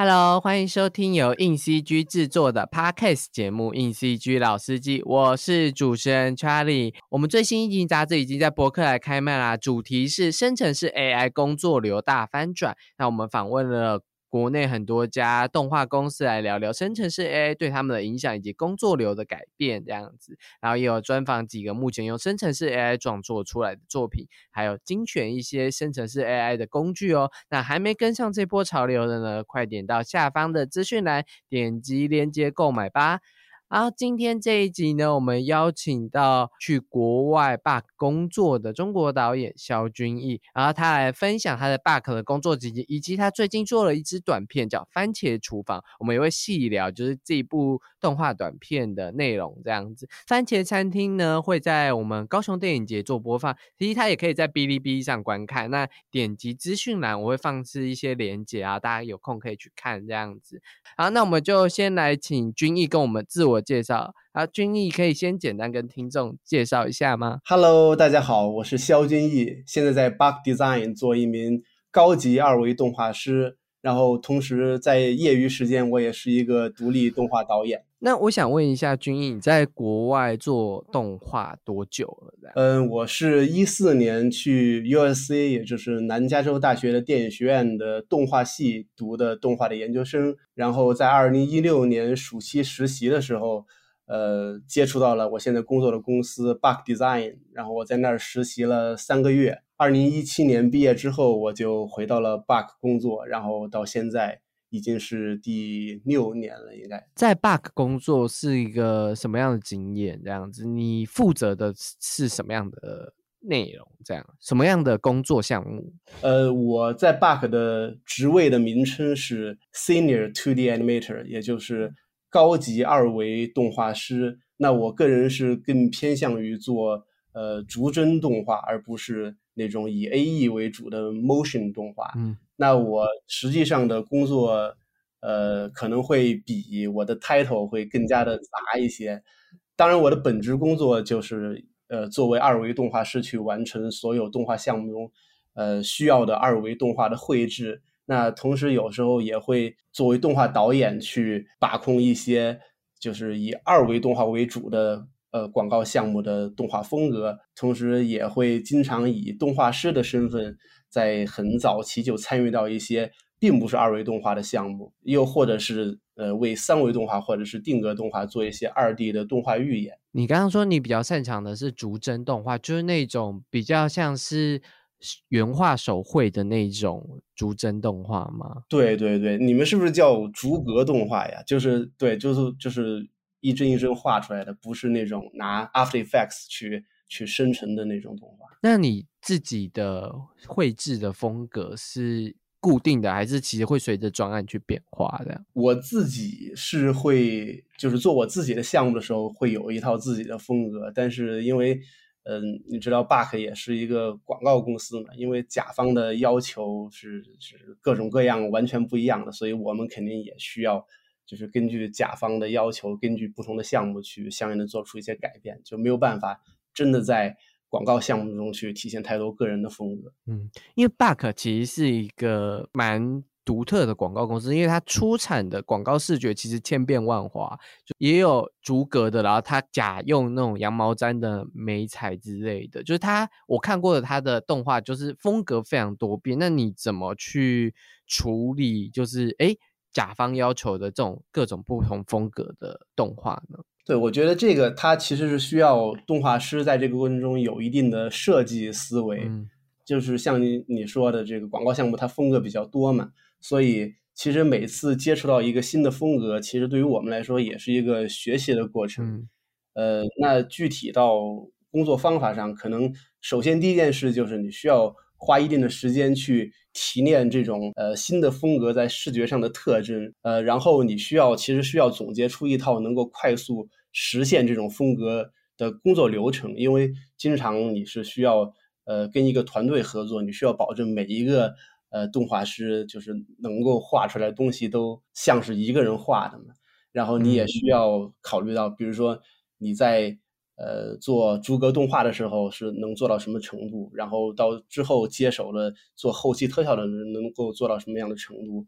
Hello，欢迎收听由硬 CG 制作的 Podcast 节目《硬 CG 老司机》，我是主持人 Charlie。我们最新一集杂志已经在博客来开卖啦，主题是生成式 AI 工作流大翻转。那我们访问了国内很多家动画公司来聊聊生成式 AI 对他们的影响以及工作流的改变这样子，然后也有专访几个目前用生成式 AI 创作出来的作品，还有精选一些生成式 AI 的工具哦。那还没跟上这波潮流的呢，快点到下方的资讯栏点击链接购买吧。然后今天这一集呢，我们邀请到去国外 BARK 工作的中国导演肖君毅，然后他来分享他的 BARK 的工作经历，以及他最近做了一支短片叫番茄厨房，我们也会细聊就是这一部动画短片的内容这样子。番茄餐厅呢会在我们高雄电影节做播放，其实它也可以在哔哩哔哩上观看，那点击资讯栏我会放置一些连结啊，大家有空可以去看这样子。好，那我们就先来请君毅跟我们自我介绍。好，君毅可以先简单跟听众介绍一下吗？ Hello，大家好，我是肖君毅，现在在 BARK Design 做一名高级二维动画师，然后同时在业余时间我也是一个独立动画导演。 那我想问一下君毅，你在国外做动画多久了？ 我是14年去 USC， 也就是南加州大学的电影学院的动画系读的动画的研究生，然后在2016年暑期实习的时候接触到了我现在工作的公司 BARK Design， 然后我在那儿实习了3个月。2017年毕业之后，我就回到了 BARK 工作，然后到现在已经是第6年了。应该在 BARK 工作是一个什么样的经验？这样子，你负责的是什么样的内容？这样什么样的工作项目？ 我在 BARK 的职位的名称是 Senior 2D Animator， 也就是高级二维动画师。那我个人是更偏向于做逐帧动画，而不是那种以 AE 为主的 motion 动画。那我实际上的工作可能会比我的 title 会更加的杂一些。当然我的本职工作就是作为二维动画师去完成所有动画项目中需要的二维动画的绘制。那同时有时候也会作为动画导演去把控一些就是以二维动画为主的广告项目的动画风格，同时也会经常以动画师的身份在很早期就参与到一些并不是二维动画的项目，又或者是为3维动画或者是定格动画做一些2D 的动画预演。 你刚刚说你比较擅长的是逐帧动画，就是那种比较像是原画手绘的那种逐帧动画吗？ 对对对，你们是不是叫逐格动画呀？就是对，就是一帧一帧画出来的，不是那种拿 After Effects 去生成的那种动画。 那你自己的绘制的风格是固定的，还是其实会随着专案去变化的？ 我自己是会就是做我自己的项目的时候会有一套自己的风格，但是因为你知道 BARK 也是一个广告公司嘛，因为甲方的要求是各种各样完全不一样的，所以我们肯定也需要就是根据甲方的要求，根据不同的项目去相应的做出一些改变，就没有办法真的在广告项目中去体现太多个人的风格。 因为 BARK 其实是一个蛮独特的广告公司，因为它出产的广告视觉其实千变万化，就也有逐格的，然后它假用那种羊毛毡的媒材之类的，就是我看过的它的动画就是风格非常多变。那你怎么去处理就是甲方要求的这种各种不同风格的动画呢？ 对，我觉得这个它其实是需要动画师在这个过程中有一定的设计思维。就是像你说的这个广告项目它风格比较多嘛，所以其实每次接触到一个新的风格，其实对于我们来说也是一个学习的过程。那具体到工作方法上，可能首先第一件事就是你需要花一定的时间去提炼这种新的风格在视觉上的特征，然后你其实需要总结出一套能够快速实现这种风格的工作流程。因为经常你是需要跟一个团队合作，你需要保证每一个动画师就是能够画出来的东西都像是一个人画的嘛。然后你也需要考虑到，比如说你在做逐格动画的时候是能做到什么程度，然后到之后接手了做后期特效的人能够做到什么样的程度。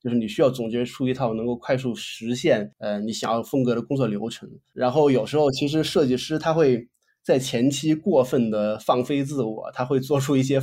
就是你需要总结出一套能够快速实现你想要风格的工作流程。然后有时候其实设计师他会在前期过分的放飞自我，他会做出一些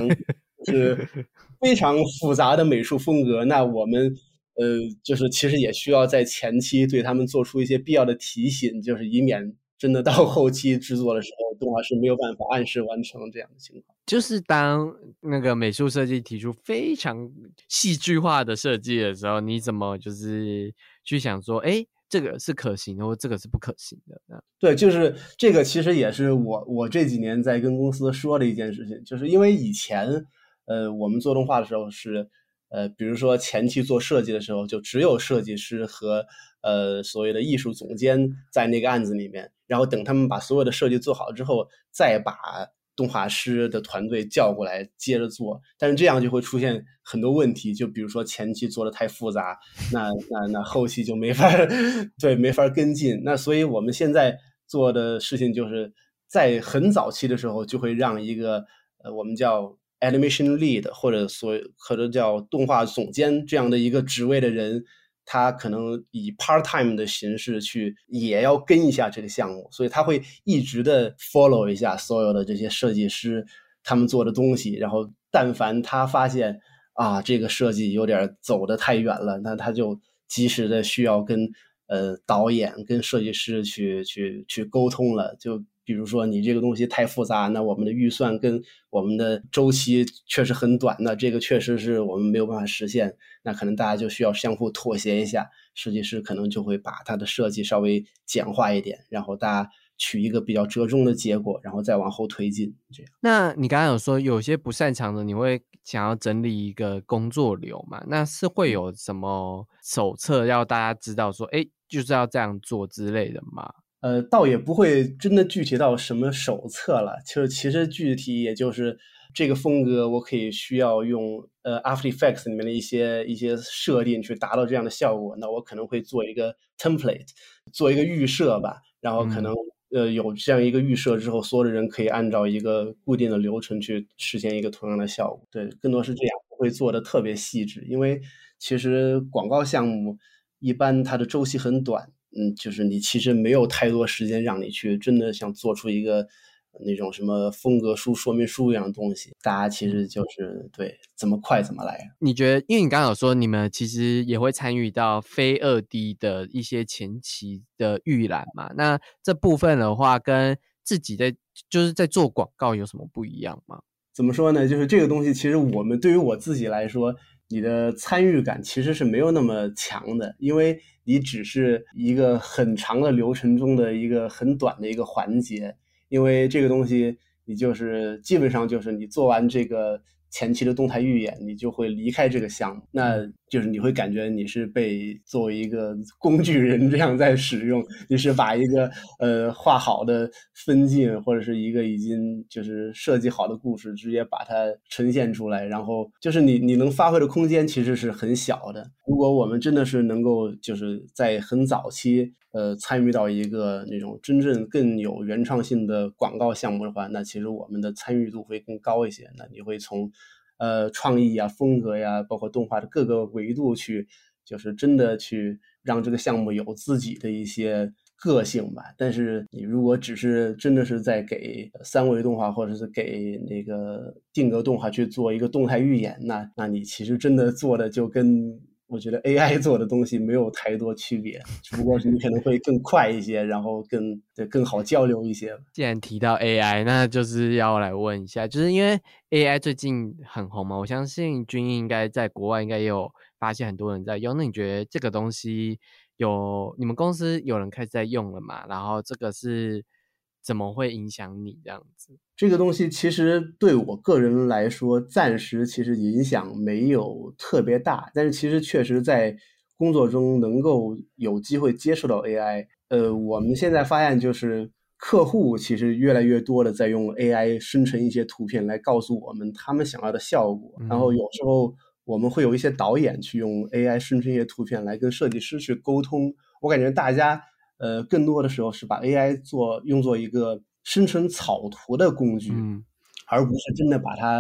非常复杂的美术风格，那我们就是其实也需要在前期对他们做出一些必要的提醒，就是以免真的到后期制作的时候，动画师没有办法按时完成这样的情况。 就是当那个美术设计提出非常戏剧化的设计的时候，你怎么就是去想说，哎，这个是可行的，或这个是不可行的？ 对，就是这个，其实也是我这几年在跟公司说的一件事情，就是因为以前，我们做动画的时候是，比如说前期做设计的时候，就只有设计师和所谓的艺术总监在那个案子里面，然后等他们把所有的设计做好之后，再把动画师的团队叫过来接着做，但是这样就会出现很多问题，就比如说前期做的太复杂，那后期就没法对，没法跟进。那所以我们现在做的事情就是在很早期的时候就会让一个我们叫 animation lead 或者叫动画总监这样的一个职位的人，他可能以 part time 的形式去也要跟一下这个项目，所以他会一直的 follow 一下所有的这些设计师他们做的东西，然后但凡他发现这个设计有点走得太远了，那他就及时的需要跟导演跟设计师去沟通了。就比如说你这个东西太复杂，那我们的预算跟我们的周期确实很短，那这个确实是我们没有办法实现，那可能大家就需要相互妥协一下，设计师可能就会把他的设计稍微简化一点，然后大家取一个比较折中的结果，然后再往后推进。这样。 那你刚刚有说有些不擅长的，你会想要整理一个工作流嘛？那是会有什么手册要大家知道说，哎，就是要这样做之类的吗？ 倒也不会真的具体到什么手册了，就是其实具体也就是这个风格，我可以需要用After Effects 里面的一些设定去达到这样的效果，那我可能会做一个 template， 做一个预设吧，然后可能有这样一个预设之后，所有的人可以按照一个固定的流程去实现一个同样的效果。对，更多是这样，不会做的特别细致，因为其实广告项目一般它的周期很短。就是你其实没有太多时间让你去真的想做出一个那种什么风格书、说明书一样的东西，大家其实就是对怎么快怎么来。 你觉得，因为你刚刚有说你们其实也会参与到非2D 的一些前期的预览嘛？那这部分的话，跟自己就是在做广告有什么不一样吗？ 怎么说呢？就是这个东西，其实对于我自己来说，你的参与感其实是没有那么强的，因为你只是一个很长的流程中的一个很短的一个环节。因为这个东西，你就是基本上就是你做完这个前期的动态预演，你就会离开这个项目，那就是你会感觉你是被作为一个工具人这样在使用，你是把一个画好的分镜或者是一个已经就是设计好的故事直接把它呈现出来，然后就是你能发挥的空间其实是很小的。如果我们真的是能够就是在很早期参与到一个那种真正更有原创性的广告项目的话，那其实我们的参与度会更高一些。那你会从创意啊、风格呀，包括动画的各个维度去，就是真的去让这个项目有自己的一些个性吧。但是你如果只是真的是在给3维动画或者是给那个定格动画去做一个动态预演，那你其实真的做的就跟我觉得 AI 做的东西没有太多区别，只不过是你可能会更快一些，然后更好交流一些。 既然提到 AI，那就是要来问一下，就是因为 AI 最近很红嘛，我相信君应该在国外应该也有发现很多人在用。那你觉得这个东西你们公司有人开始在用了嘛？然后这个是怎么会影响你这样子？ 这个东西其实对我个人来说，暂时其实影响没有特别大，但是其实确实在工作中能够有机会接触到 AI。我们现在发现就是客户其实越来越多的在用 AI 生成一些图片来告诉我们他们想要的效果，然后有时候我们会有一些导演去用 AI 生成一些图片来跟设计师去沟通。我感觉大家更多的时候是把 AI 用作一个生成草图的工具，而不是真的把它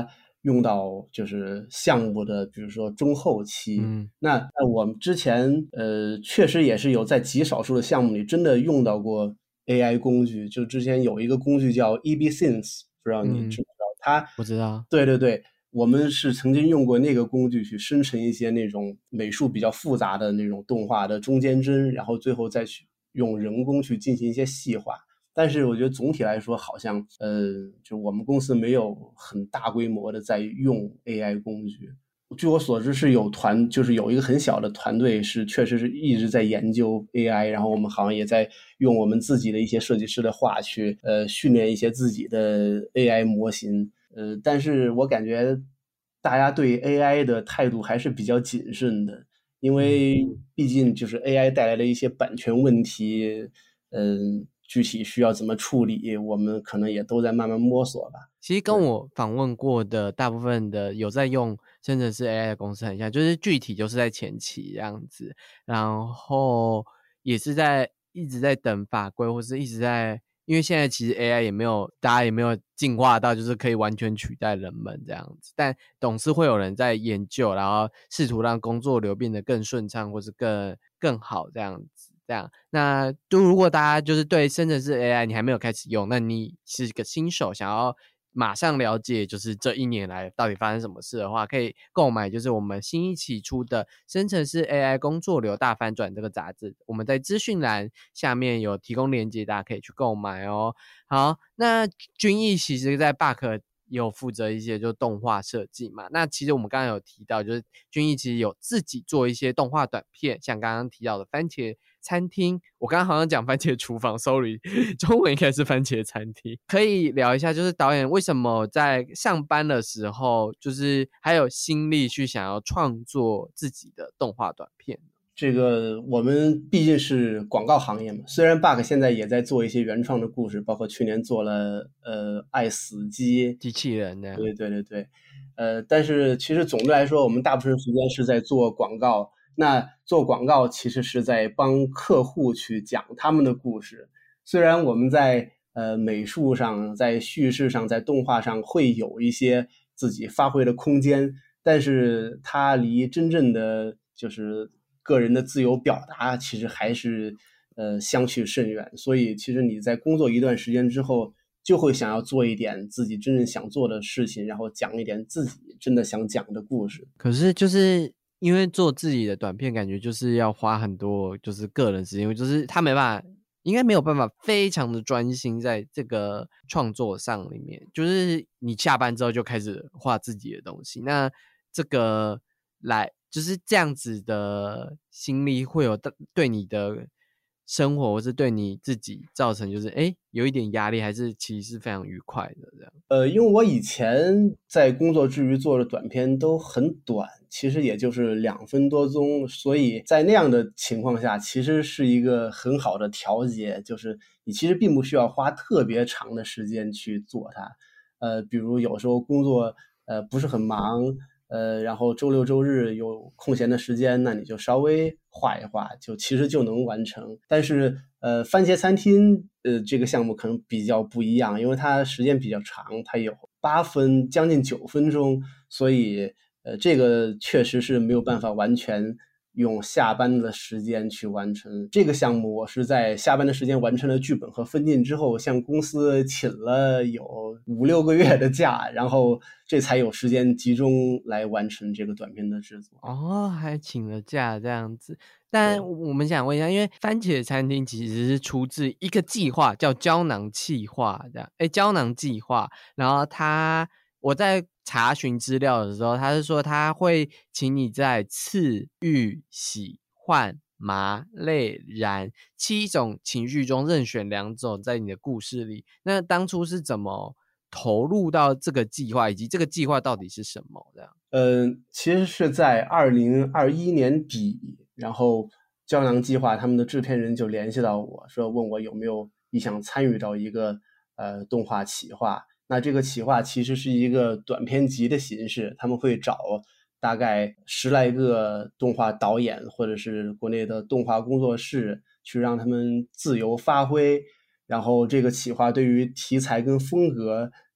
用到就是项目的比如说中后期。那我们之前确实也是有在极少数的项目里真的用到过 AI 工具，就之前有一个工具叫 EBSense， 不知道你知不知道？它我知道。 对对对，我们是曾经用过那个工具去生成一些那种美术比较复杂的那种动画的中间帧，然后最后再去用人工去进行一些细化。但是我觉得总体来说，好像就我们公司没有很大规模的在用 AI 工具。据我所知是就是有一个很小的团队是确实是一直在研究 AI， 然后我们好像也在用我们自己的一些设计师的话去训练一些自己的 AI 模型。但是我感觉大家对 AI 的态度还是比较谨慎的，因为毕竟就是 AI 带来的一些版权问题，具体需要怎么处理，我们可能也都在慢慢摸索吧。 其实跟我访问过的大部分的有在用生成式 AI 的公司很像，就是具体就是在前期这样子，然后也是一直在等法规，或是一直在，因为现在其实 AI 大家也没有进化到就是可以完全取代人们这样子，但总是会有人在研究，然后试图让工作流变得更顺畅，或是更好这样子。这样，那如果大家就是对生成式 AI 你还没有开始用，那你是个新手，想要马上了解就是这1年来到底发生什么事的话，可以购买就是我们新一期出的生成式 AI 工作流大翻转这个杂志，我们在资讯栏下面有提供链接，大家可以去购买哦。好，那君毅其实在 Bug 有负责一些就动画设计嘛，那其实我们刚刚有提到，就是君毅其实有自己做一些动画短片，像刚刚提到的番茄餐厅，我刚刚好像讲番茄厨房 sorry 中文应该是番茄餐厅。可以聊一下就是导演为什么在上班的时候就是还有心力去想要创作自己的动画短片？ 这个我们毕竟是广告行业嘛，虽然 Bug 现在也在做一些原创的故事，包括去年做了爱死机机器人的， 对对对对，但是其实总的来说，我们大部分时间是在做广告。那做广告其实是在帮客户去讲他们的故事。虽然我们在美术上、在叙事上、在动画上会有一些自己发挥的空间，但是它离真正的就是个人的自由表达，其实还是相去甚远。所以其实你在工作一段时间之后，就会想要做一点自己真正想做的事情，然后讲一点自己真的想讲的故事。 可是就是因为做自己的短片，感觉就是要花很多就是个人时间，就是他应该没有办法非常的专心在这个创作上里面，就是你下班之后就开始画自己的东西，那这个就是这样子的心力会有对你的生活或是对你自己造成就是有一点压力，还是其实是非常愉快的这样？ 因为我以前在工作之余做的短片都很短，其实也就是2分多钟，所以在那样的情况下，其实是一个很好的调节，就是你其实并不需要花特别长的时间去做它。比如有时候工作不是很忙，然后周六周日有空闲的时间，那你就稍微画一画，其实就能完成。但是番茄餐厅这个项目可能比较不一样，因为它时间比较长，它有8分将近9分钟，所以这个确实是没有办法完全用下班的时间去完成。这个项目我是在下班的时间完成了剧本和分镜之后，向公司请了有5-6个月的假，然后这才有时间集中来完成这个短片的制作。 哦，还请了假这样子。但我们想问一下，因为番茄餐厅其实是出自一个计划叫胶囊计划这样，胶囊计划，然后我在查询资料的时候，他是说他会请你在刺、欲、喜、欢、麻、泪、燃7种情绪中任选2种在你的故事里。那当初是怎么投入到这个计划，以及这个计划到底是什么这样？ 其实是在2021年底，然后胶囊计划他们的制片人就联系到我说，问我有没有意向参与到一个动画企划。那这个企划其实是一个短片集的形式，他们会找大概10来个动画导演或者是国内的动画工作室去让他们自由发挥，然后这个企划对于题材跟风格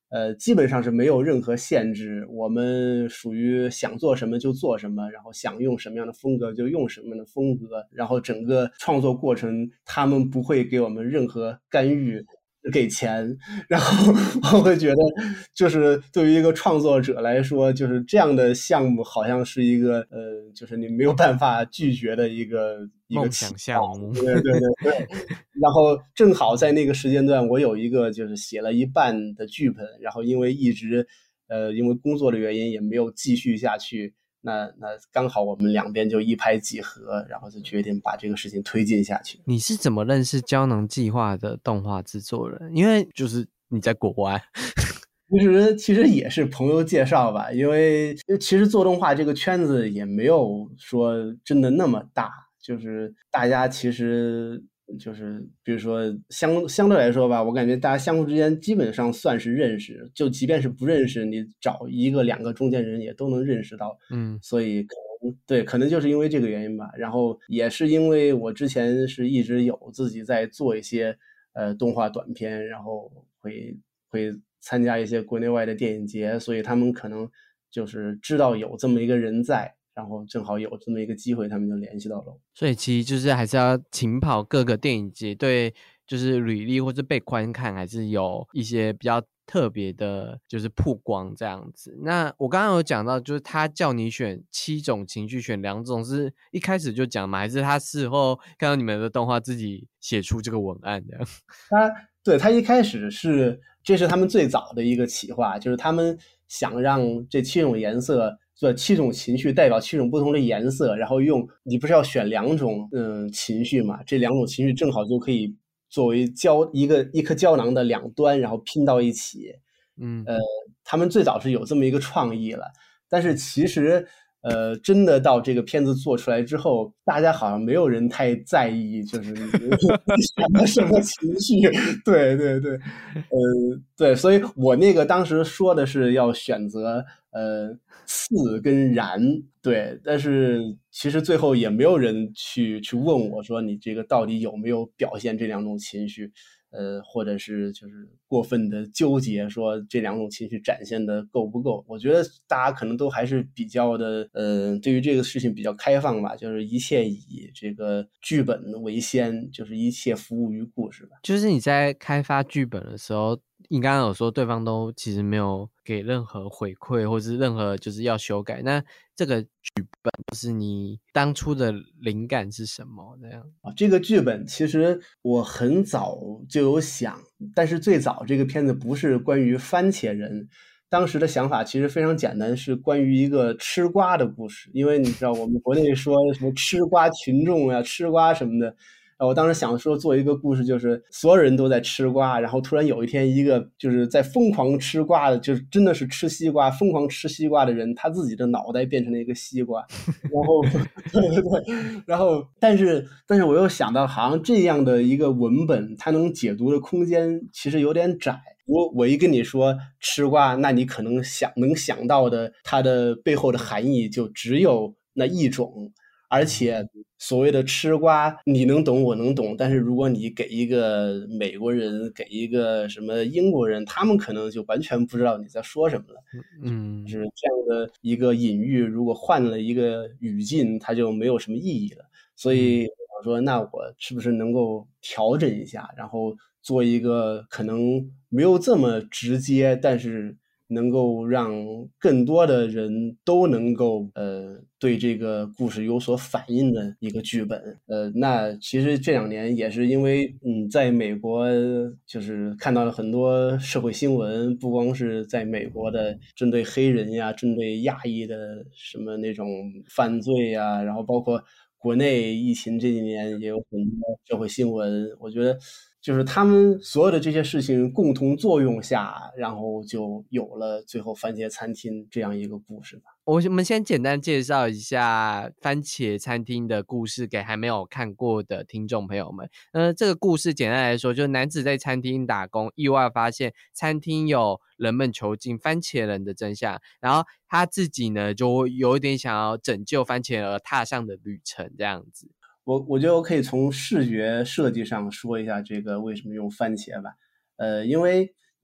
基本上是没有任何限制，我们属于想做什么就做什么，然后想用什么样的风格就用什么样的风格，然后整个创作过程他们不会给我们任何干预，给钱，然后我会觉得，就是对于一个创作者来说，就是这样的项目好像是一个就是你没有办法拒绝的一个梦想项目。 对对对对。然后正好在那个时间段，我有一个就是写了一半的剧本，然后因为一直因为工作的原因也没有继续下去。那刚好我们两边就一拍即合，然后就决定把这个事情推进下去。 你是怎么认识胶囊计划的动画制作人？因为就是你在国外。 其实也是朋友介绍吧，因为其实做动画这个圈子也没有说真的那么大，就是大家其实就是比如说相对来说吧，我感觉大家相互之间基本上算是认识，就即便是不认识，你找一个两个中间人也都能认识到。所以可能就是因为这个原因吧。然后也是因为我之前是一直有自己在做一些动画短片，然后会参加一些国内外的电影节，所以他们可能就是知道有这么一个人在，然后正好有这么一个机会，他们就联系到了我。 所以其实就是还是要勤跑各个电影节，对，就是履历或者被观看，还是有一些比较特别的，就是曝光这样子。那我刚刚有讲到，就是他叫你选7种情绪，选2种，是一开始就讲吗？还是他事后看到你们的动画自己写出这个文案这样？ 他一开始这是他们最早的一个企划，就是他们想让这7种颜色，做7种情绪代表7种不同的颜色，然后你不是要选2种情绪嘛？这2种情绪正好就可以作为一颗胶囊的两端，然后拼到一起。他们最早是有这么一个创意了，但是其实真的到这个片子做出来之后，大家好像没有人太在意，就是你选的什么情绪。对对对。对，所以我那个当时说的是要选择刺跟燃。对，但是其实最后也没有人去问我说你这个到底有没有表现这2种情绪，或者是就是过分的纠结说这2种情绪展现的够不够。我觉得大家可能都还是比较的对于这个事情比较开放吧，就是一切以这个剧本为先，就是一切服务于故事吧。 就是你在开发剧本的时候，你刚刚有说对方都其实没有给任何回馈，或是任何就是要修改，那这个剧本就是你当初的灵感是什么这样？ 这个剧本其实我很早就有想，但是最早这个片子不是关于番茄人，当时的想法其实非常简单，是关于一个吃瓜的故事。因为你知道我们国内说什么吃瓜群众啊，吃瓜什么的，我当时想说做一个故事，就是所有人都在吃瓜，然后突然有一天一个就是在疯狂吃瓜的，就是真的是吃西瓜，疯狂吃西瓜的人，他自己的脑袋变成了一个西瓜。然后对对对，然后但是我又想到，好像这样的一个文本，它能解读的空间其实有点窄。我一跟你说吃瓜，那你可能能想到的它的背后的含义就只有那一种。而且所谓的吃瓜，你能懂我能懂，但是如果你给一个美国人，给一个什么英国人，他们可能就完全不知道你在说什么了。就是这样的一个隐喻，如果换了一个语境，它就没有什么意义了。所以我说，那我是不是能够调整一下，然后做一个可能没有这么直接，但是能够让更多的人都能够对这个故事有所反应的一个剧本。那其实这2年也是因为在美国就是看到了很多社会新闻，不光是在美国的针对黑人呀，针对亚裔的什么那种犯罪呀，然后包括国内疫情这几年也有很多社会新闻。我觉得就是他们所有的这些事情共同作用下，然后就有了最后番茄餐厅这样一个故事吧。 我们先简单介绍一下番茄餐厅的故事给还没有看过的听众朋友们。这个故事简单来说，就是男子在餐厅打工，意外发现餐厅有人们囚禁番茄人的真相，然后他自己呢就有一点想要拯救番茄而踏上的旅程这样子。 我觉得我可以从视觉设计上说一下这个为什么用番茄吧。因为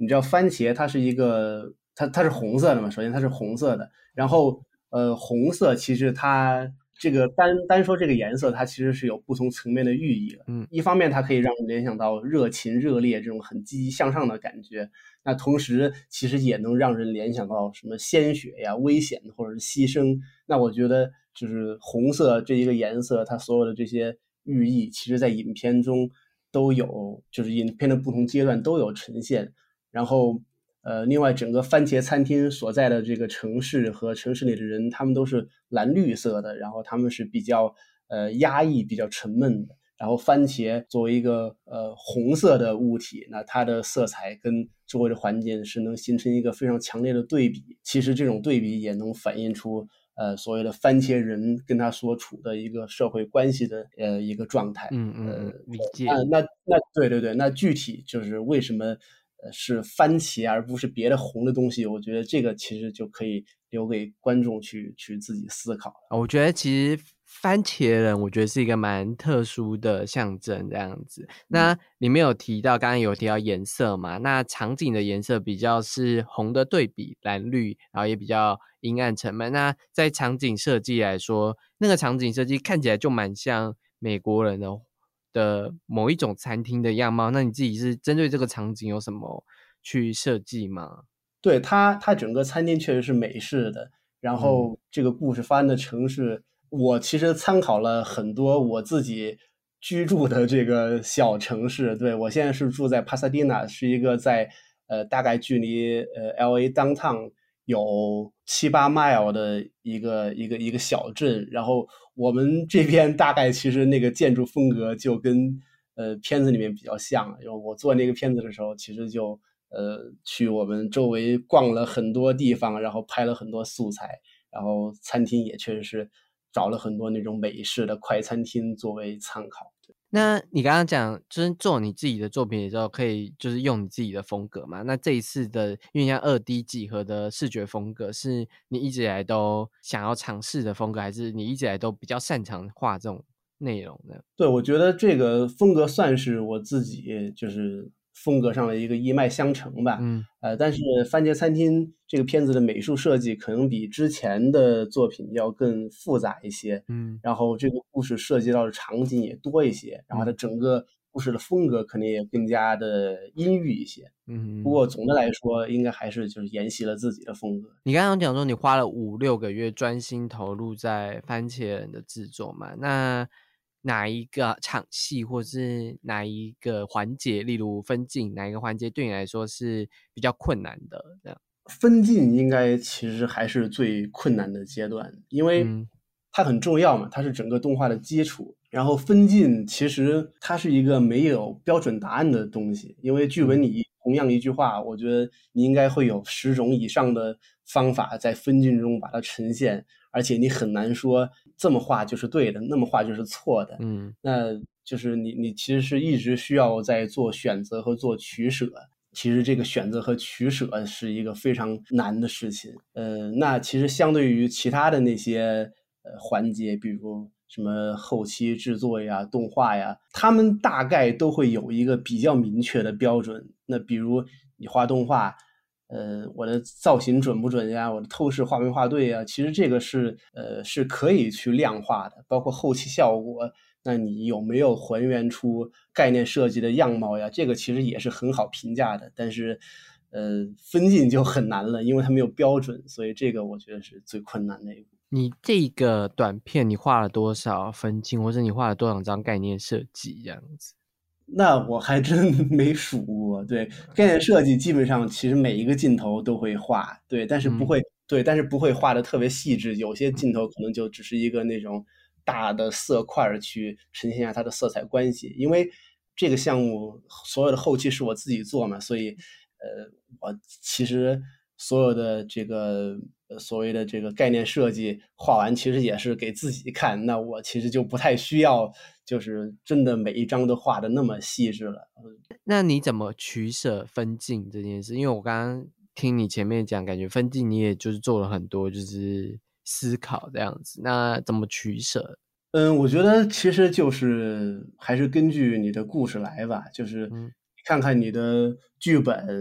你知道番茄它是一个它是红色的嘛，首先它是红色的，然后红色其实它这个单说这个颜色，它其实是有不同层面的寓意的。一方面它可以让人联想到热情热烈这种很积极向上的感觉，那同时其实也能让人联想到什么鲜血呀、危险或者是牺牲。那我觉得就是红色这一个颜色，它所有的这些寓意，其实在影片中都有，就是影片的不同阶段都有呈现。然后另外整个番茄餐厅所在的这个城市和城市里的人，他们都是蓝绿色的，然后他们是比较压抑、比较沉闷的。然后番茄作为一个红色的物体，那它的色彩跟周围的环境是能形成一个非常强烈的对比。其实这种对比也能反映出所谓的番茄人跟他所处的一个社会关系的一个状态。 理解。 那对，那具体就是为什么是番茄而不是别的红的东西，我觉得这个其实就可以留给观众去自己思考。 我觉得其实番茄人我觉得是一个蛮特殊的象征这样子。那里面有提到，刚刚有提到颜色嘛，那场景的颜色比较是红的对比，蓝绿，然后也比较阴暗沉闷。那在场景设计来说，那个场景设计看起来就蛮像美国人的某一种餐厅的样貌。那你自己是针对这个场景有什么去设计吗？ 对，它整个餐厅确实是美式的，然后这个故事发生的城市，我其实参考了很多我自己居住的这个小城市。对，我现在是住在帕萨迪纳，是一个在大概距离LA downtown 有7-8 mile 的一个小镇，然后我们这边大概其实那个建筑风格就跟片子里面比较像。因为我做那个片子的时候，其实就去我们周围逛了很多地方，然后拍了很多素材，然后餐厅也确实是找了很多那种美式的快餐厅作为参考。 那你刚刚讲就是做你自己的作品的时候，可以就是用你自己的风格嘛？那这一次的因为像2D 几何的视觉风格，是你一直以来都想要尝试的风格，还是你一直以来都比较擅长画这种内容呢？ 对，我觉得这个风格算是我自己就是风格上的一个一脉相承吧。但是番茄餐厅这个片子的美术设计可能比之前的作品要更复杂一些。然后这个故事涉及到的场景也多一些，然后它整个故事的风格可能也更加的阴郁一些。不过总的来说，应该还是就是沿袭了自己的风格。 你刚刚讲说你花了5-6个月专心投入在番茄人的制作嘛？那哪一个场戏或是哪一个环节，例如分镜，哪一个环节对你来说是比较困难的？这样分镜应该其实还是最困难的阶段，因为它很重要嘛，它是整个动画的基础。然后分镜其实它是一个没有标准答案的东西，因为剧本里同样一句话，我觉得你应该会有10种以上的方法在分镜中把它呈现，而且你很难说这么画就是对的，那么画就是错的。那就是你其实是一直需要在做选择和做取舍。其实这个选择和取舍是一个非常难的事情。那其实相对于其他的那些环节，比如什么后期制作呀、动画呀，他们大概都会有一个比较明确的标准。那比如你画动画，我的造型准不准呀？我的透视画没画对呀？其实这个是可以去量化的，包括后期效果。那你有没有还原出概念设计的样貌呀？这个其实也是很好评价的，但是，分镜就很难了，因为它没有标准，所以这个我觉得是最困难的一步。 你这个短片你画了多少分镜，或者你画了多少张概念设计这样子？ 那我还真没数过。对，概念设计基本上其实每一个镜头都会画，对，但是不会画的特别细致，有些镜头可能就只是一个那种大的色块去呈现一下它的色彩关系。因为这个项目所有的后期是我自己做嘛，所以我其实所有的这个所谓的这个概念设计画完，其实也是给自己看。那我其实就不太需要，就是真的每一张都画的那么细致了。 那你怎么取舍分镜这件事？因为我刚刚听你前面讲，感觉分镜你也就是做了很多就是思考这样子，那怎么取舍？ 我觉得其实就是还是根据你的故事来吧，就是看看你的剧本，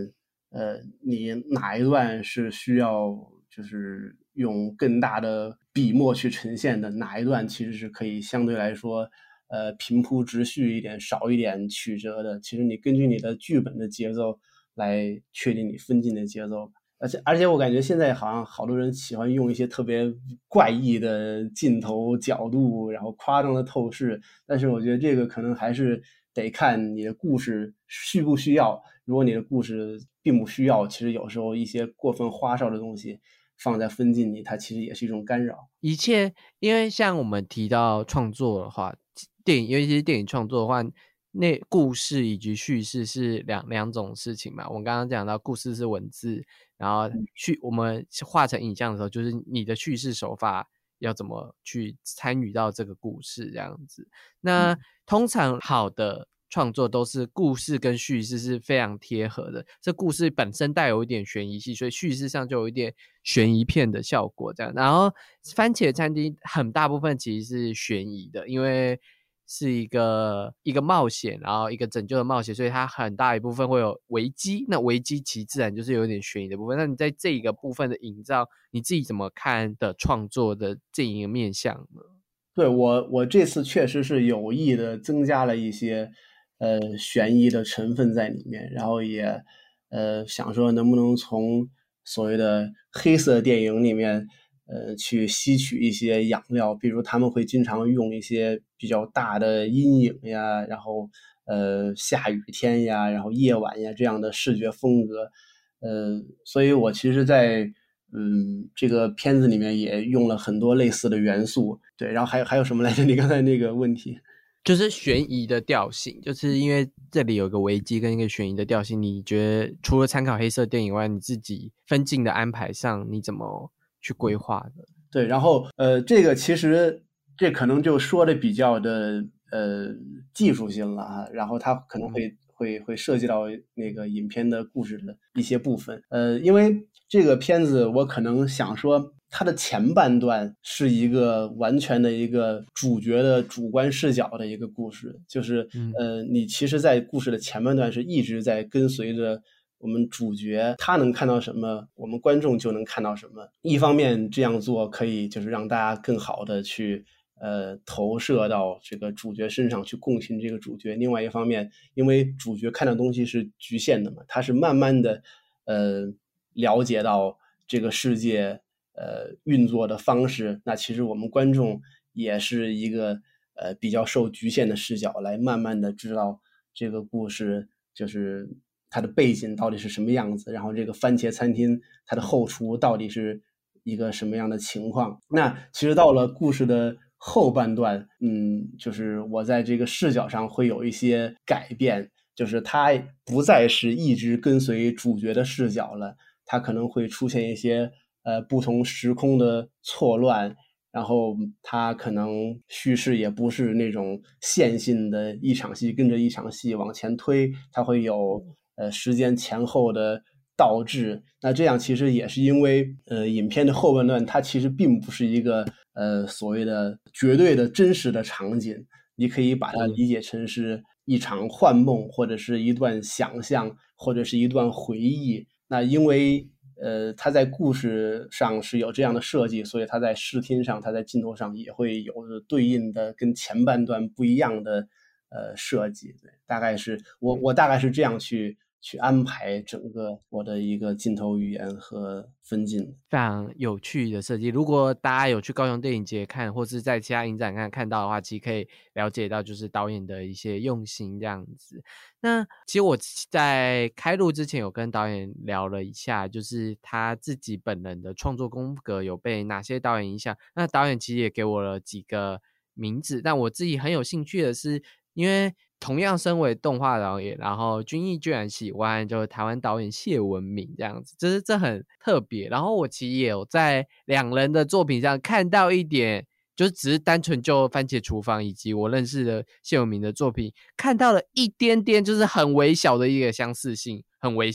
你哪一段是需要就是用更大的笔墨去呈现的，哪一段其实是可以相对来说平铺直叙一点，少一点曲折的。其实你根据你的剧本的节奏来确定你分镜的节奏。而且我感觉现在好像好多人喜欢用一些特别怪异的镜头角度，然后夸张的透视，但是我觉得这个可能还是得看你的故事需不需要。如果你的故事并不需要，其实有时候一些过分花哨的东西放在分镜里，它其实也是一种干扰。 一切，因为像我们提到创作的话，电影尤其是电影创作的话，那故事以及叙事是两种事情嘛。我们刚刚讲到故事是文字，然后我们画成影像的时候，就是你的叙事手法要怎么去参与到这个故事这样子。那通常好的创作都是故事跟叙事是非常贴合的，这故事本身带有一点悬疑性，所以叙事上就有一点悬疑片的效果这样。然后番茄餐厅很大部分其实是悬疑的，因为是一个冒险，然后一个拯救的冒险，所以它很大一部分会有危机，那危机其自然就是有点悬疑的部分。那你在这一个部分的营造，你自己怎么看的创作的这一个面向呢？ 对，我这次确实是有意的增加了一些悬疑的成分在里面，然后也想说能不能从所谓的黑色电影里面去吸取一些养料，比如他们会经常用一些比较大的阴影呀，然后下雨天呀，然后夜晚呀这样的视觉风格，所以我其实在这个片子里面也用了很多类似的元素。对，然后还有什么来着？你刚才那个问题。 就是悬疑的调性，就是因为这里有个危机跟一个悬疑的调性，你觉得除了参考黑色电影外，你自己分镜的安排上你怎么去规划的？ 对，然后这个其实这可能就说的比较的技术性了啊，然后它可能会涉及到那个影片的故事的一些部分。因为这个片子我可能想说，它的前半段是一个完全的一个主角的主观视角的一个故事，就是你其实在故事的前半段是一直在跟随着我们主角，他能看到什么，我们观众就能看到什么。一方面这样做可以就是让大家更好的去投射到这个主角身上，去共情这个主角。另外一方面，因为主角看到东西是局限的嘛，他是慢慢的了解到这个世界运作的方式，那其实我们观众也是一个比较受局限的视角来慢慢的知道这个故事就是它的背景到底是什么样子，然后这个番茄餐厅它的后厨到底是一个什么样的情况。那其实到了故事的后半段，就是我在这个视角上会有一些改变，就是它不再是一直跟随主角的视角了，它可能会出现一些不同时空的错乱，然后它可能叙事也不是那种线性的一场戏跟着一场戏往前推，它会有时间前后的倒置。那这样其实也是因为影片的后半段它其实并不是一个所谓的绝对的真实的场景，你可以把它理解成是一场幻梦，或者是一段想象，或者是一段回忆。那因为它在故事上是有这样的设计，所以它在视听上，它在镜头上也会有对应的跟前半段不一样的设计。对，大概是我大概是这样去安排整个我的一个镜头语言和分镜。 非常有趣的设计。如果大家有去高雄电影节看，或是在其他影展看到的话，其实可以了解到就是导演的一些用心这样子。那其实我在开录之前有跟导演聊了一下，就是他自己本人的创作风格有被哪些导演影响。那导演其实也给我了几个名字，但我自己很有兴趣的是，因为同样身为动画导演，然后君毅居然喜欢就是台湾导演谢文敏这样子，就是这很特别。然后我其实也有在两人的作品上看到一点，就只是单纯就番茄厨房以及我认识的谢文敏的作品看到了一点点，就是很微小的一个相似性，很微小。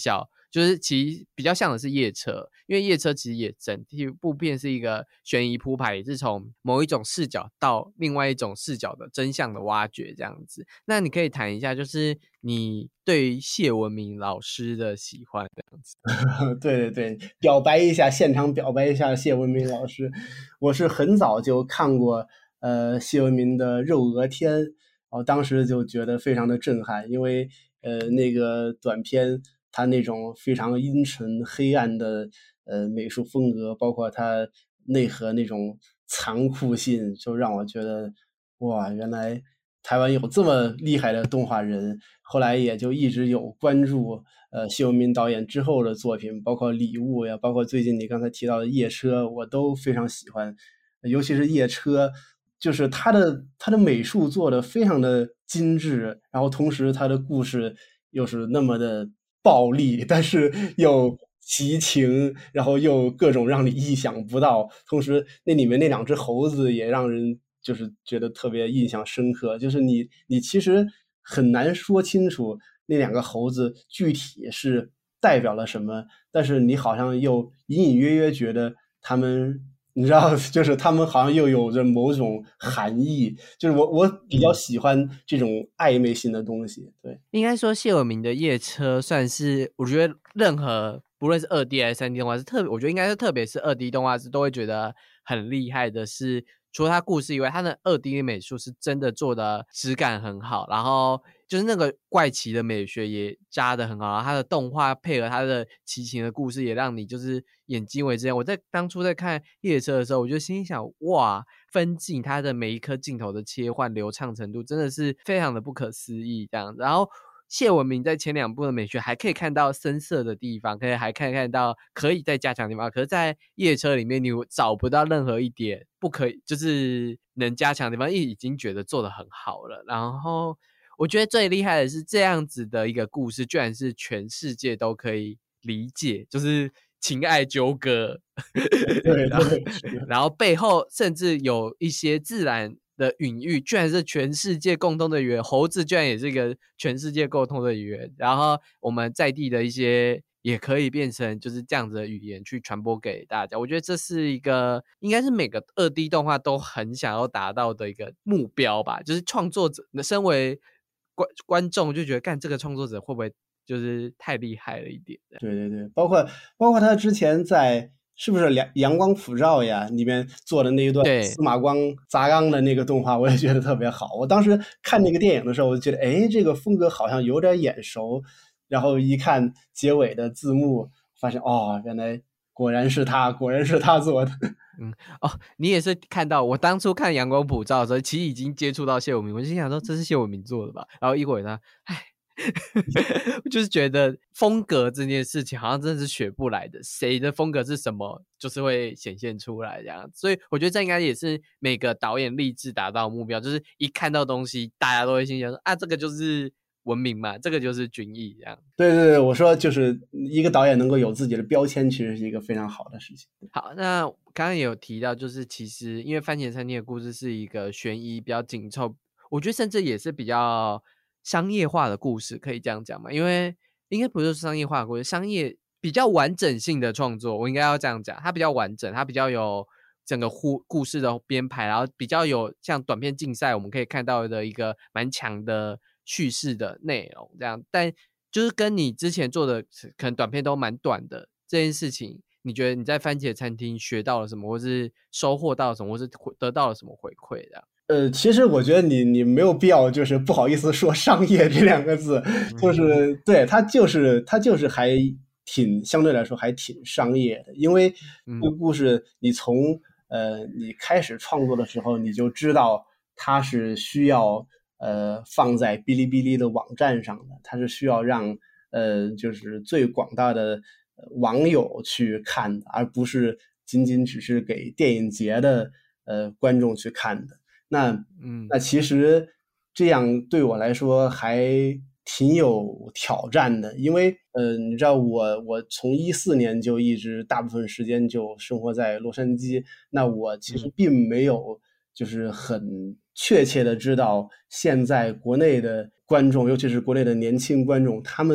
就是其实比较像的是夜车，因为夜车其实也整体部片是一个悬疑铺排，也是从某一种视角到另外一种视角的真相的挖掘这样子。那你可以谈一下，就是你对于谢文明老师的喜欢这样子。 对对对，表白一下，现场表白一下谢文明老师。我是很早就看过谢文明的《肉鹅天》，当时就觉得非常的震撼，因为那个短片它那种非常阴沉黑暗的美术风格，包括它内核那种残酷性，就让我觉得哇，原来台湾有这么厉害的动画人。后来也就一直有关注谢文明导演之后的作品，包括《礼物》呀，包括最近你刚才提到的《夜车》，我都非常喜欢。尤其是《夜车》，就是他的美术做的非常的精致，然后同时他的故事又是那么的暴力，但是又奇情，然后又各种让你意想不到。同时那里面那两只猴子也让人就是觉得特别印象深刻，就是你其实很难说清楚那两个猴子具体是代表了什么，但是你好像又隐隐约约觉得他们你知道，就是他们好像又有着某种含义，就是我比较喜欢这种暧昧性的东西，对。 应该说谢文明的夜车算是我觉得任何不论是2D 还是3D 动画师我觉得应该是特别是2D 动画师都会觉得很厉害的是，除了他故事以外，他的2D 美术是真的做的质感很好，然后就是那个怪奇的美学也扎得很好，然后他的动画配合他的奇情的故事也让你就是眼睛为之亮。我在当初在看夜车的时候，我就心想哇，分镜它的每一颗镜头的切换流畅程度真的是非常的不可思议这样子。然后谢文明在前2部的美学还可以看到深色的地方，还看到可以再加强的地方，可是在夜车里面你找不到任何一点不可以就是能加强的地方，因为已经觉得做得很好了。然后我觉得最厉害的是这样子的一个故事居然是全世界都可以理解，就是情爱纠葛对然后对是。 然后背后甚至有一些自然的隐喻，居然是全世界共通的语言，猴子居然也是一个全世界共通的语言，然后我们在地的一些也可以变成就是这样子的语言去传播给大家。我觉得这是一个应该是每个2D 动画都很想要达到的一个目标吧，就是创作者身为观众就觉得干这个创作者会不会就是太厉害了一点。 对对对，包括他之前在是不是阳光普照呀里面做的那一段对， 司马光砸缸的那个动画，我也觉得特别好。我当时看那个电影的时候，我就觉得，哎，这个风格好像有点眼熟。然后一看结尾的字幕，发现哦，原来果然是他，果然是他做的。 你也是看到我当初看阳光普照的时候，其实已经接触到谢文明，我就心想说这是谢文明做的吧，然后一会儿他，就是觉得风格这件事情好像真的是学不来的，谁的风格是什么，就是会显现出来这样。所以我觉得这应该也是每个导演立志达到的目标，就是一看到东西，大家都会心想说啊，这个就是文明嘛，这个就是君毅这样。 对对对，我说就是一个导演能够有自己的标签，其实是一个非常好的事情。 好，那刚刚也有提到，就是其实因为番茄餐厅的故事是一个悬疑比较紧凑，我觉得甚至也是比较商业化的故事，可以这样讲嘛？因为应该不是商业化的故事，商业比较完整性的创作，我应该要这样讲，它比较完整，它比较有整个故事的编排，然后比较有像短片竞赛我们可以看到的一个蛮强的叙事的内容，这样，但就是跟你之前做的可能短片都蛮短的这件事情。你觉得你在番茄餐厅学到了什么，或是收获到了什么，或是得到了什么回馈的？ 其实我觉得你没有必要就是不好意思说商业这两个字，就是对，它就是还挺相对来说还挺商业的，因为这个故事你从你开始创作的时候你就知道它是需要放在哔哩哔哩的网站上的，它是需要让就是最广大的网友去看的，而不是仅仅只是给电影节的观众去看的。那其实这样对我来说还挺有挑战的，因为你知道我从14年就一直大部分时间就生活在洛杉矶，那我其实并没有就是很确切的知道现在国内的观众，尤其是国内的年轻观众，他们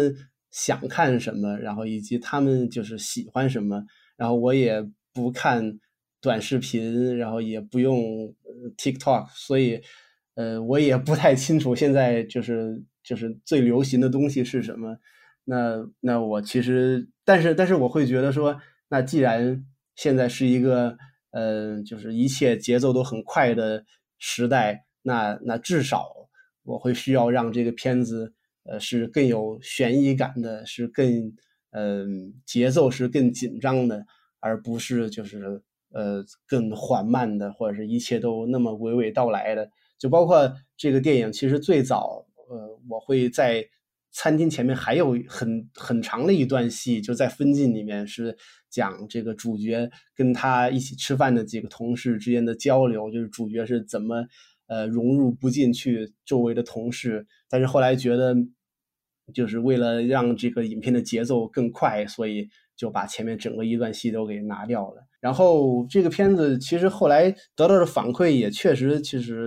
想看什么，然后以及他们就是喜欢什么，然后我也不看短视频，然后也不用TikTok，所以我也不太清楚现在就是最流行的东西是什么。那我其实，但是我会觉得说，那既然现在是一个就是一切节奏都很快的时代，那至少我会需要让这个片子是更有悬疑感的，是更节奏是更紧张的，而不是就是更缓慢的，或者是一切都那么娓娓道来的。就包括这个电影，其实最早我会在餐厅前面还有很长的一段戏，就在分镜里面是讲这个主角跟他一起吃饭的几个同事之间的交流，就是主角是怎么融入不进去周围的同事，但是后来觉得就是为了让这个影片的节奏更快，所以就把前面整个一段戏都给拿掉了。然后这个片子其实后来得到的反馈也确实其实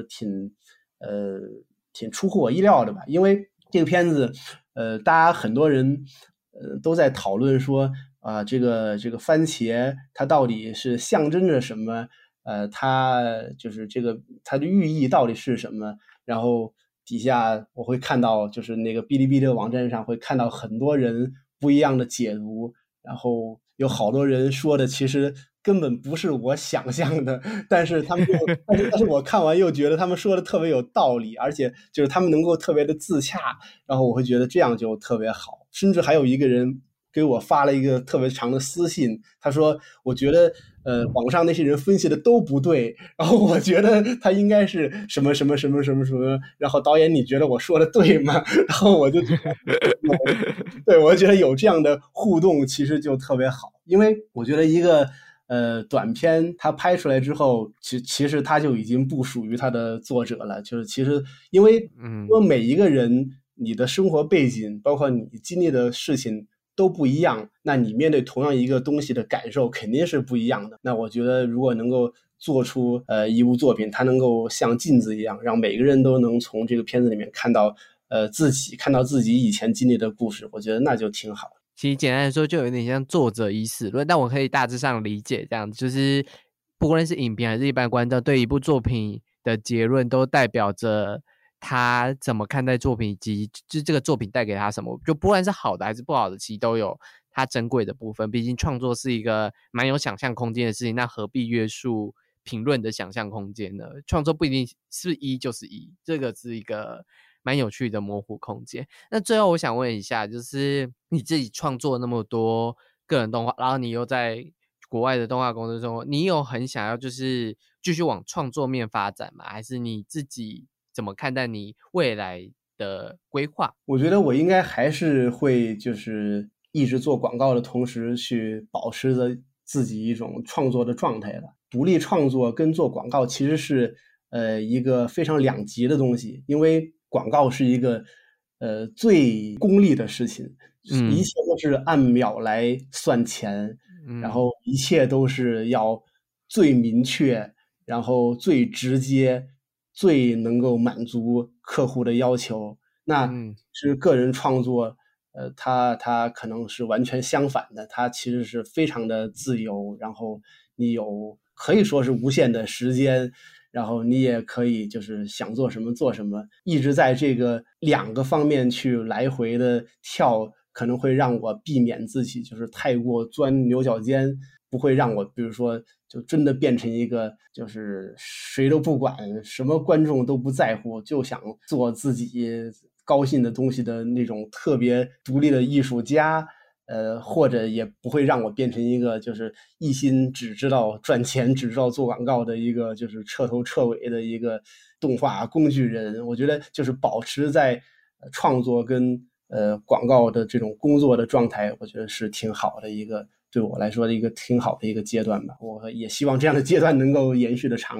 挺出乎我意料的吧，因为这个片子大家很多人都在讨论说这个番茄它到底是象征着什么，它就是它的寓意到底是什么，然后底下我会看到就是那个哔哩哔哩的网站上会看到很多人不一样的解读，然后有好多人说的其实根本不是我想象的，但是我看完又觉得他们说的特别有道理，而且就是他们能够特别的自洽，然后我会觉得这样就特别好。甚至还有一个人给我发了一个特别长的私信，他说我觉得网上那些人分析的都不对，然后我觉得他应该是什么什么什么什么什么，然后导演你觉得我说的对吗？然后我就觉得对，我觉得有这样的互动其实就特别好，因为我觉得一个短片它拍出来之后，其实它就已经不属于它的作者了，就是其实因为每一个人你的生活背景，包括你经历的事情都不一样，那你面对同样一个东西的感受肯定是不一样的。那我觉得如果能够做出一部作品，它能够像镜子一样，让每个人都能从这个片子里面看到看到自己以前经历的故事，我觉得那就挺好的。 其实简单来说就有点像作者已死论，但我可以大致上理解这样子，就是不论是影评还是一般观众对一部作品的结论都代表着他怎么看待作品，以及就是这个作品带给他什么，就不管是好的还是不好的，其实都有它珍贵的部分。毕竟创作是一个蛮有想象空间的事情，那何必约束评论的想象空间呢？创作不一定是一就是一，这个是一个蛮有趣的模糊空间。那最后我想问一下，就是你自己创作那么多个人动画，然后你又在国外的动画公司中，你有很想要就是继续往创作面发展吗？还是你自己怎么看待你未来的规划？ 我觉得我应该还是会就是一直做广告的同时去保持着自己一种创作的状态的。独立创作跟做广告其实是一个非常两极的东西，因为广告是一个最功利的事情，一切都是按秒来算钱，然后一切都是要最明确，然后最直接，最能够满足客户的要求。那是个人创作，它可能是完全相反的，它其实是非常的自由，然后你可以说是无限的时间，然后你也可以就是想做什么做什么，一直在这个两个方面去来回的跳，可能会让我避免自己就是太过钻牛角尖，不会让我比如说就真的变成一个就是谁都不管，什么观众都不在乎，就想做自己高兴的东西的那种特别独立的艺术家，或者也不会让我变成一个就是一心只知道赚钱、只知道做广告的一个就是彻头彻尾的一个动画工具人。我觉得就是保持在创作跟广告的这种工作的状态，我觉得是挺好的一个对我来说的一个挺好的一个阶段吧。我也希望这样的阶段能够延续的长一点。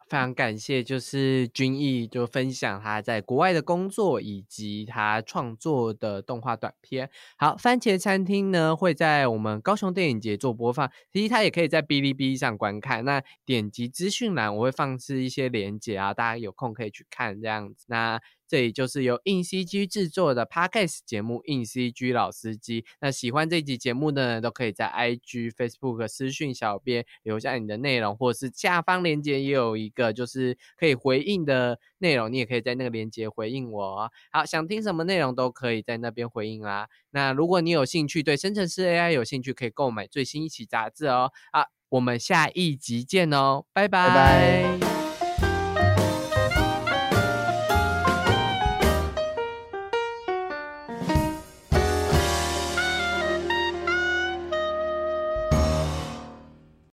非常感谢，就是君毅就分享他在国外的工作以及他创作的动画短片。好，番茄餐厅呢会在我们高雄电影节做播放，其实它也可以在哔哩哔哩上观看。那点击资讯栏我会放置一些连结啊，大家有空可以去看这样子。那这里就是由硬 CG 制作的 Podcast 节目硬 CG 老司机。那喜欢这集节目的人都可以在 IG、Facebook 私讯小编留下你的内容，或者是下方连结也有一个就是可以回应的内容，你也可以在那个连结回应我哦。好，想听什么内容都可以在那边回应啦。那如果你有兴趣对生成式 AI 有兴趣，可以购买最新一期杂志哦。好，我们下一集见哦，拜拜拜。 拜。